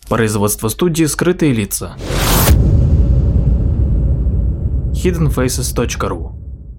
Производство студии «Скрытые лица». hiddenfaces.ru.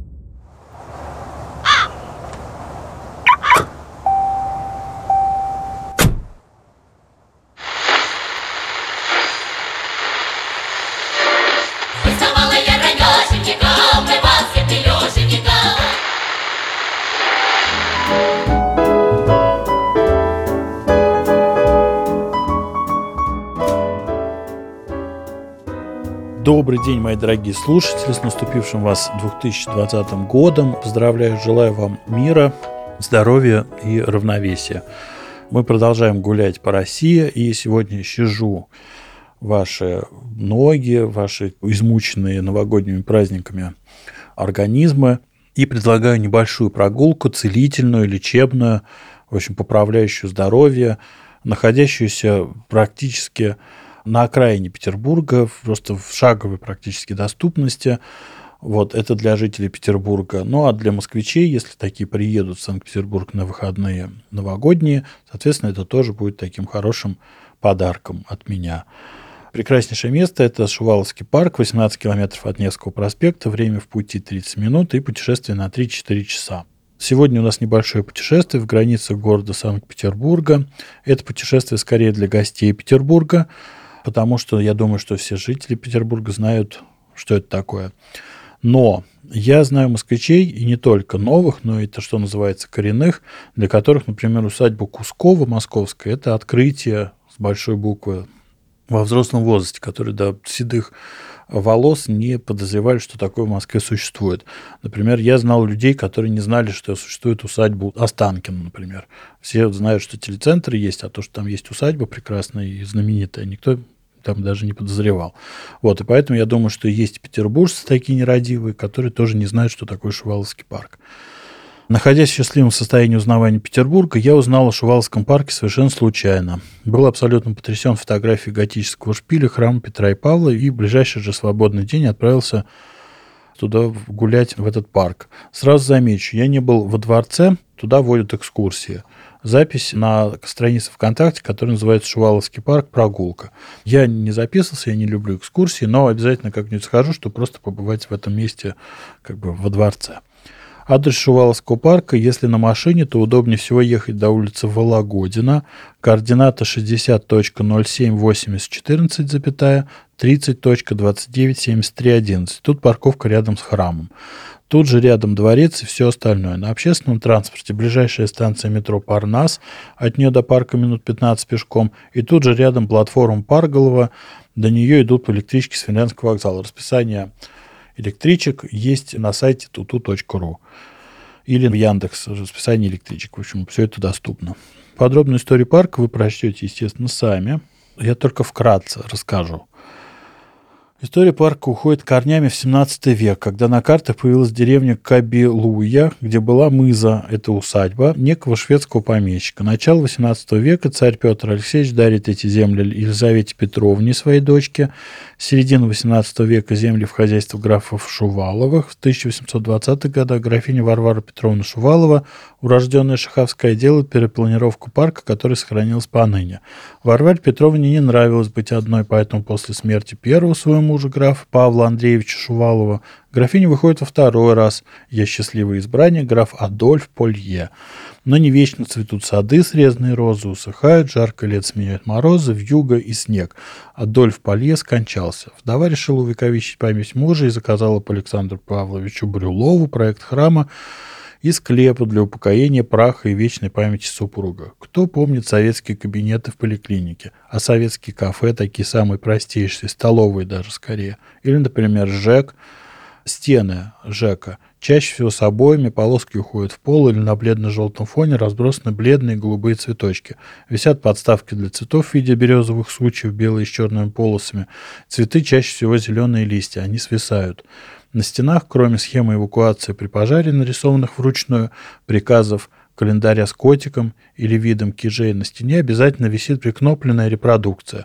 Добрый день, мои дорогие слушатели, с наступившим вас 2020 годом. Поздравляю, желаю вам мира, здоровья и равновесия. Мы продолжаем гулять по России, и сегодня щажу ваши ноги, ваши измученные новогодними праздниками организмы и предлагаю небольшую прогулку, целительную, лечебную, в общем, поправляющую здоровье, находящуюся практически на окраине Петербурга, просто в шаговой практически доступности. Вот, это для жителей Петербурга. Ну, а для москвичей, если такие приедут в Санкт-Петербург на выходные новогодние, соответственно, это тоже будет таким хорошим подарком от меня. Прекраснейшее место – это Шуваловский парк, 18 километров от Невского проспекта, время в пути 30 минут и путешествие на 3-4 часа. Сегодня у нас небольшое путешествие в границах города Санкт-Петербурга. Это путешествие скорее для гостей Петербурга, потому что я думаю, что все жители Петербурга знают, что это такое. Но я знаю москвичей, и не только новых, но и то, что называется коренных, для которых, например, усадьба Кускова московская – это открытие с большой буквы во взрослом возрасте, которые до седых волос не подозревали, что такое в Москве существует. Например, я знал людей, которые не знали, что существует усадьба Останкина, например. Все знают, что телецентр есть, а то, что там есть усадьба прекрасная и знаменитая, никто там даже не подозревал. Вот, и поэтому я думаю, что есть петербуржцы такие нерадивые, которые тоже не знают, что такое Шуваловский парк. Находясь в счастливом состоянии узнавания Петербурга, я узнал о Шуваловском парке совершенно случайно. Был абсолютно потрясен фотографией готического шпиля храма Петра и Павла, и в ближайший же свободный день отправился туда гулять, в этот парк. Сразу замечу, я не был во дворце, туда водят экскурсии. Запись на странице ВКонтакте, которая называется «Шуваловский парк. Прогулка». Я не записывался, я не люблю экскурсии, но обязательно как-нибудь схожу, чтобы просто побывать в этом месте как бы во дворце. Адрес Шуваловского парка, если на машине, то удобнее всего ехать до улицы Вологодина, координата 60.078014, 30.297311. Тут парковка рядом с храмом. Тут же рядом дворец и все остальное. На общественном транспорте ближайшая станция метро Парнас, от нее до парка минут 15 пешком, и тут же рядом платформа Парголова, до нее идут по электричке с Финляндского вокзала. Расписание электричек есть на сайте tutu.ru или в Яндекс расписание электричек. В общем, все это доступно. Подробную историю парка вы прочтете, естественно, сами. Я только вкратце расскажу. История парка уходит корнями в 17 век, когда на картах появилась деревня Кабелуя, где была мыза, это усадьба, некого шведского помещика. Начало 18 века царь Петр Алексеевич дарит эти земли Елизавете Петровне, своей дочке. С середины 18 века земли в хозяйство графов Шуваловых. В 1820-х годах графиня Варвара Петровна Шувалова, урожденная Шаховская, делает перепланировку парка, который сохранился поныне. Варваре Петровне не нравилось быть одной, поэтому после смерти первого своего мужа, графа Павла Андреевича Шувалова, графиня выходит во второй раз. Я счастливый избранник, граф Адольф Полье. Но не вечно цветут сады, срезанные розы усыхают, жарко лет сменяют морозы, вьюга и снег. Адольф Полье скончался. Вдова решила увековечить память мужа и заказала по Александру Павловичу Брюлову проект храма и склепа для упокоения праха и вечной памяти супруга. Кто помнит советские кабинеты в поликлинике, а советские кафе, такие самые простейшие, столовые даже скорее. Или, например, ЖЭК, стены ЖЭКа. Чаще всего с обоями, полоски уходят в пол или на бледно-желтом фоне разбросаны бледные голубые цветочки. Висят подставки для цветов в виде березовых сучьев, белые с черными полосами. Цветы чаще всего зеленые листья, они свисают. На стенах, кроме схемы эвакуации при пожаре, нарисованных вручную, приказов, календаря с котиком или видом кижей, на стене обязательно висит прикнопленная репродукция,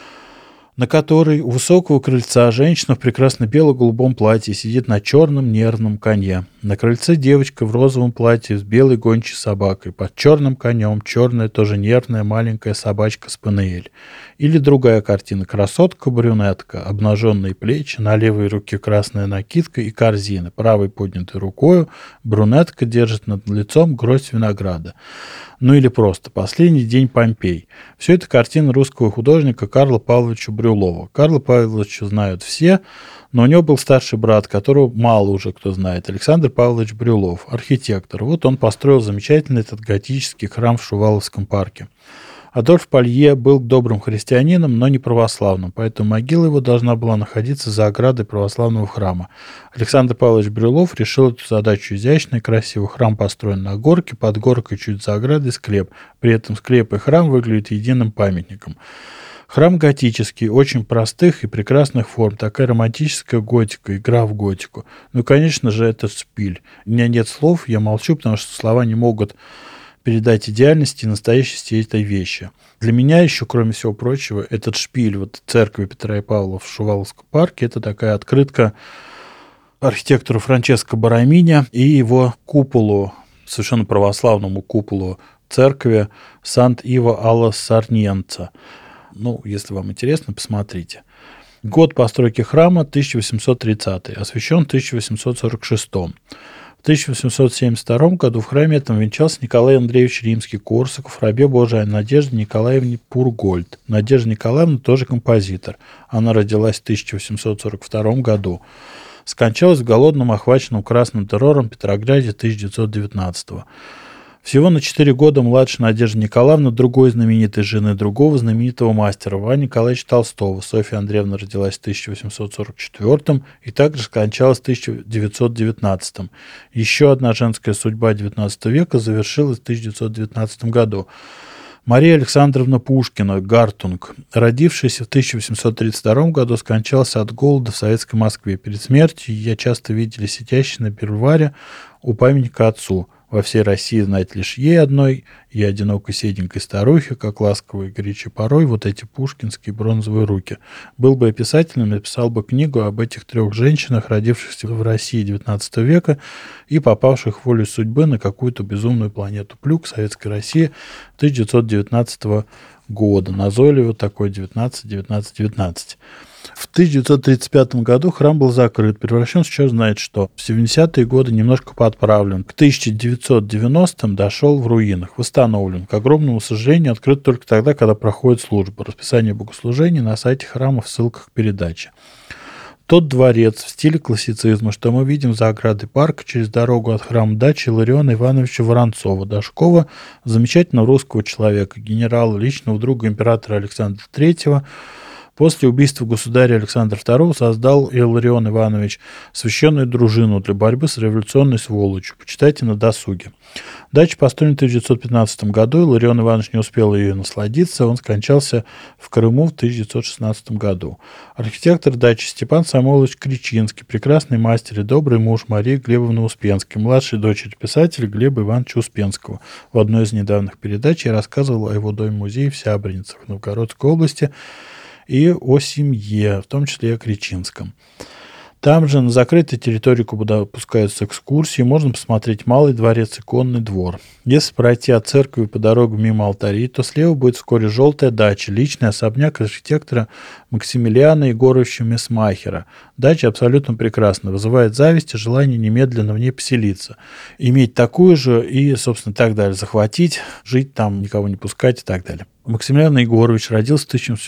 на которой у высокого крыльца женщина в прекрасно бело-голубом платье сидит на черном нервном коне. На крыльце девочка в розовом платье с белой гончей собакой, под черным конем черная, тоже нервная маленькая собачка Спаниель. Или другая картина: красотка-брюнетка, обнаженные плечи, на левой руке красная накидка и корзина, правой поднятой рукою брюнетка держит над лицом гроздь винограда. Ну или просто «Последний день Помпей». Все это картины русского художника Карла Павловича Брюлова. Карла Павловича знают все, но у него был старший брат, которого мало уже кто знает, Александр Павлович Брюлов, архитектор. Вот он построил замечательный этот готический храм в Шуваловском парке. Адольф Палье был добрым христианином, но не православным, поэтому могила его должна была находиться за оградой православного храма. Александр Павлович Брюлов решил эту задачу изящно и красиво. Храм построен на горке, под горкой чуть за оградой склеп. При этом склеп и храм выглядят единым памятником. Храм готический, очень простых и прекрасных форм, такая романтическая готика, игра в готику. Ну, конечно же, это шпиль. У меня нет слов, я молчу, потому что слова не могут передать идеальности и настоящести этой вещи. Для меня еще, кроме всего прочего, этот шпиль вот церкви Петра и Павла в Шуваловском парке — это такая открытка архитектору Франческо Бараминя и его куполу, совершенно православному куполу церкви Сант-Иво алла Сарньенца. Ну, если вам интересно, посмотрите. Год постройки храма 1830, освящен в 1846. В 1872 году в храме этом венчался Николай Андреевич Римский-Корсаков, рабе Божией Надежде Николаевне Пургольд. Надежда Николаевна тоже композитор. Она родилась в 1842 году. Скончалась в голодном, охваченном красным террором Петрограде 1919 года. Всего на 4 года младше Надежды Николаевны, другой знаменитой жены другого знаменитого мастера Ивана Николаевича Толстого. Софья Андреевна родилась в 1844 и также скончалась в 1919. Еще одна женская судьба XIX века завершилась в 1919 году. Мария Александровна Пушкина, Гартунг, родившаяся в 1832 году, скончалась от голода в Советской Москве. Перед смертью ее часто видели сидящей на бульваре у памятника отцу. Во всей России знать лишь ей одной, и одинокой седенькой старухе, как ласковые и горячи порой вот эти пушкинские бронзовые руки. Был бы я писателем, написал бы книгу об этих 3 женщинах, родившихся в России XIX века и попавших волей судьбы на какую-то безумную планету Плюк Советской России 1919 года. Назойливо такой 19. В 1935 году храм был закрыт, превращен в черт знает что. В 70-е годы немножко подправлен. К 1990-м дошел в руинах, восстановлен. К огромному сожалению, открыт только тогда, когда проходит служба. Расписание богослужений на сайте храма в ссылках к передаче. Тот дворец в стиле классицизма, что мы видим за оградой парка через дорогу от храма дачи Иллариона Ивановича Воронцова-Дашкова, замечательного русского человека, генерала, личного друга императора Александра III, после убийства государя Александра II создал Илларион Иванович священную дружину для борьбы с революционной сволочью. Почитайте на досуге. Дача построена в 1915 году. Илларион Иванович не успел ее насладиться. Он скончался в Крыму в 1916 году. Архитектор дачи Степан Самойлович Кричинский, прекрасный мастер и добрый муж Марии Глебовны Успенской, младшей дочери писателя Глеба Ивановича Успенского. В одной из недавних передач я рассказывал о его доме-музее в Сябринцах в Новгородской области и о семье, в том числе и о Кричинском. Там же на закрытой территории, куда допускаются экскурсии, можно посмотреть Малый дворец и Конный двор. Если пройти от церкви по дорогу мимо алтарей, то слева будет вскоре желтая дача, личный особняк архитектора Максимилиана Егоровича Месмахера. Дача абсолютно прекрасна, вызывает зависть и желание немедленно в ней поселиться. Иметь такую же и, собственно, так далее, захватить, жить там, никого не пускать и так далее. Максимилиан Егорович родился в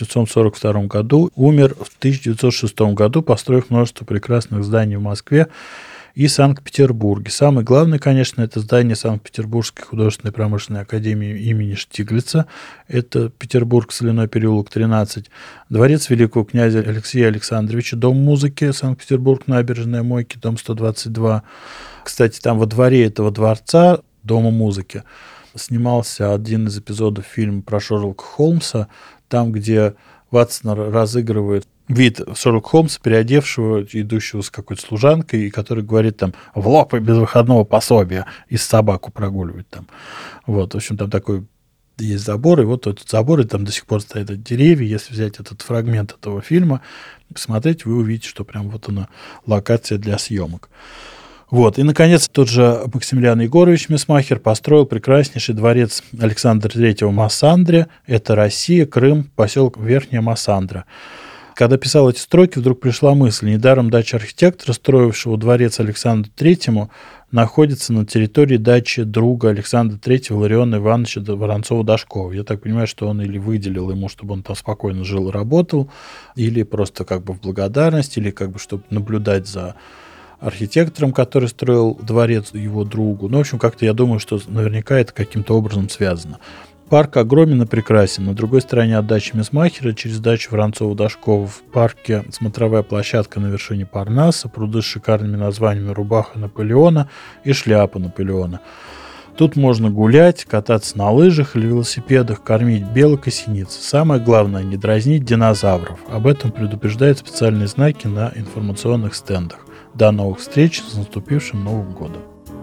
1742 году, умер в 1906 году, построив множество прекрасных зданий в Москве и Санкт-Петербурге. Самое главное, конечно, это здание Санкт-Петербургской художественной промышленной академии имени Штиглица. Это Петербург, Соляной переулок, 13. Дворец великого князя Алексея Александровича, Дом музыки, Санкт-Петербург, Набережная Мойки, дом 122. Кстати, там во дворе этого дворца, Дома музыки, снимался один из эпизодов фильма про Шерлока Холмса, там, где Ватсон разыгрывает вид Шерлока Холмса, переодевшего, идущего с какой-то служанкой, и который говорит там «в лоб и без выходного пособия», и собаку прогуливает там. Вот, в общем, там такой есть забор, и вот этот забор, и там до сих пор стоят деревья. Если взять этот фрагмент этого фильма, посмотреть, вы увидите, что прям вот она локация для съемок. Вот. И, наконец, тот же Максимилиан Егорович Месмахер построил прекраснейший дворец Александра III в Массандре. Это Россия, Крым, поселок Верхняя Массандра. Когда писал эти строки, вдруг пришла мысль: недаром дача архитектора, строившего дворец Александру III, находится на территории дачи друга Александра III Лариона Ивановича Воронцова-Дашкова. Я так понимаю, что он или выделил ему, чтобы он там спокойно жил и работал, или просто как бы в благодарность, или как бы чтобы наблюдать за архитектором, который строил дворец его другу. Ну, в общем, как-то я думаю, что наверняка это каким-то образом связано. Парк огромен и прекрасен. На другой стороне от дачи Месмахера, через дачу Воронцова-Дашкова, в парке смотровая площадка на вершине Парнаса, пруды с шикарными названиями «Рубаха Наполеона» и «Шляпа Наполеона». Тут можно гулять, кататься на лыжах или велосипедах, кормить белок и синиц. Самое главное – не дразнить динозавров. Об этом предупреждают специальные знаки на информационных стендах. До новых встреч, с наступившим Новым годом!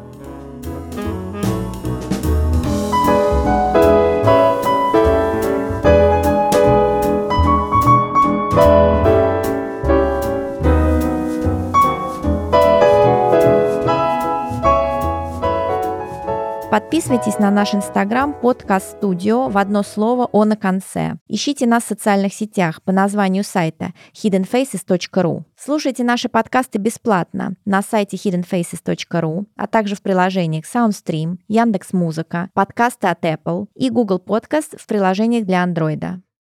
Подписывайтесь на наш инстаграм «Подкаст Студио» в одно слово «О» на конце. Ищите нас в социальных сетях по названию сайта hiddenfaces.ru. Слушайте наши подкасты бесплатно на сайте hiddenfaces.ru, а также в приложениях SoundStream, Яндекс.Музыка, подкасты от Apple и Google Podcast в приложениях для Android.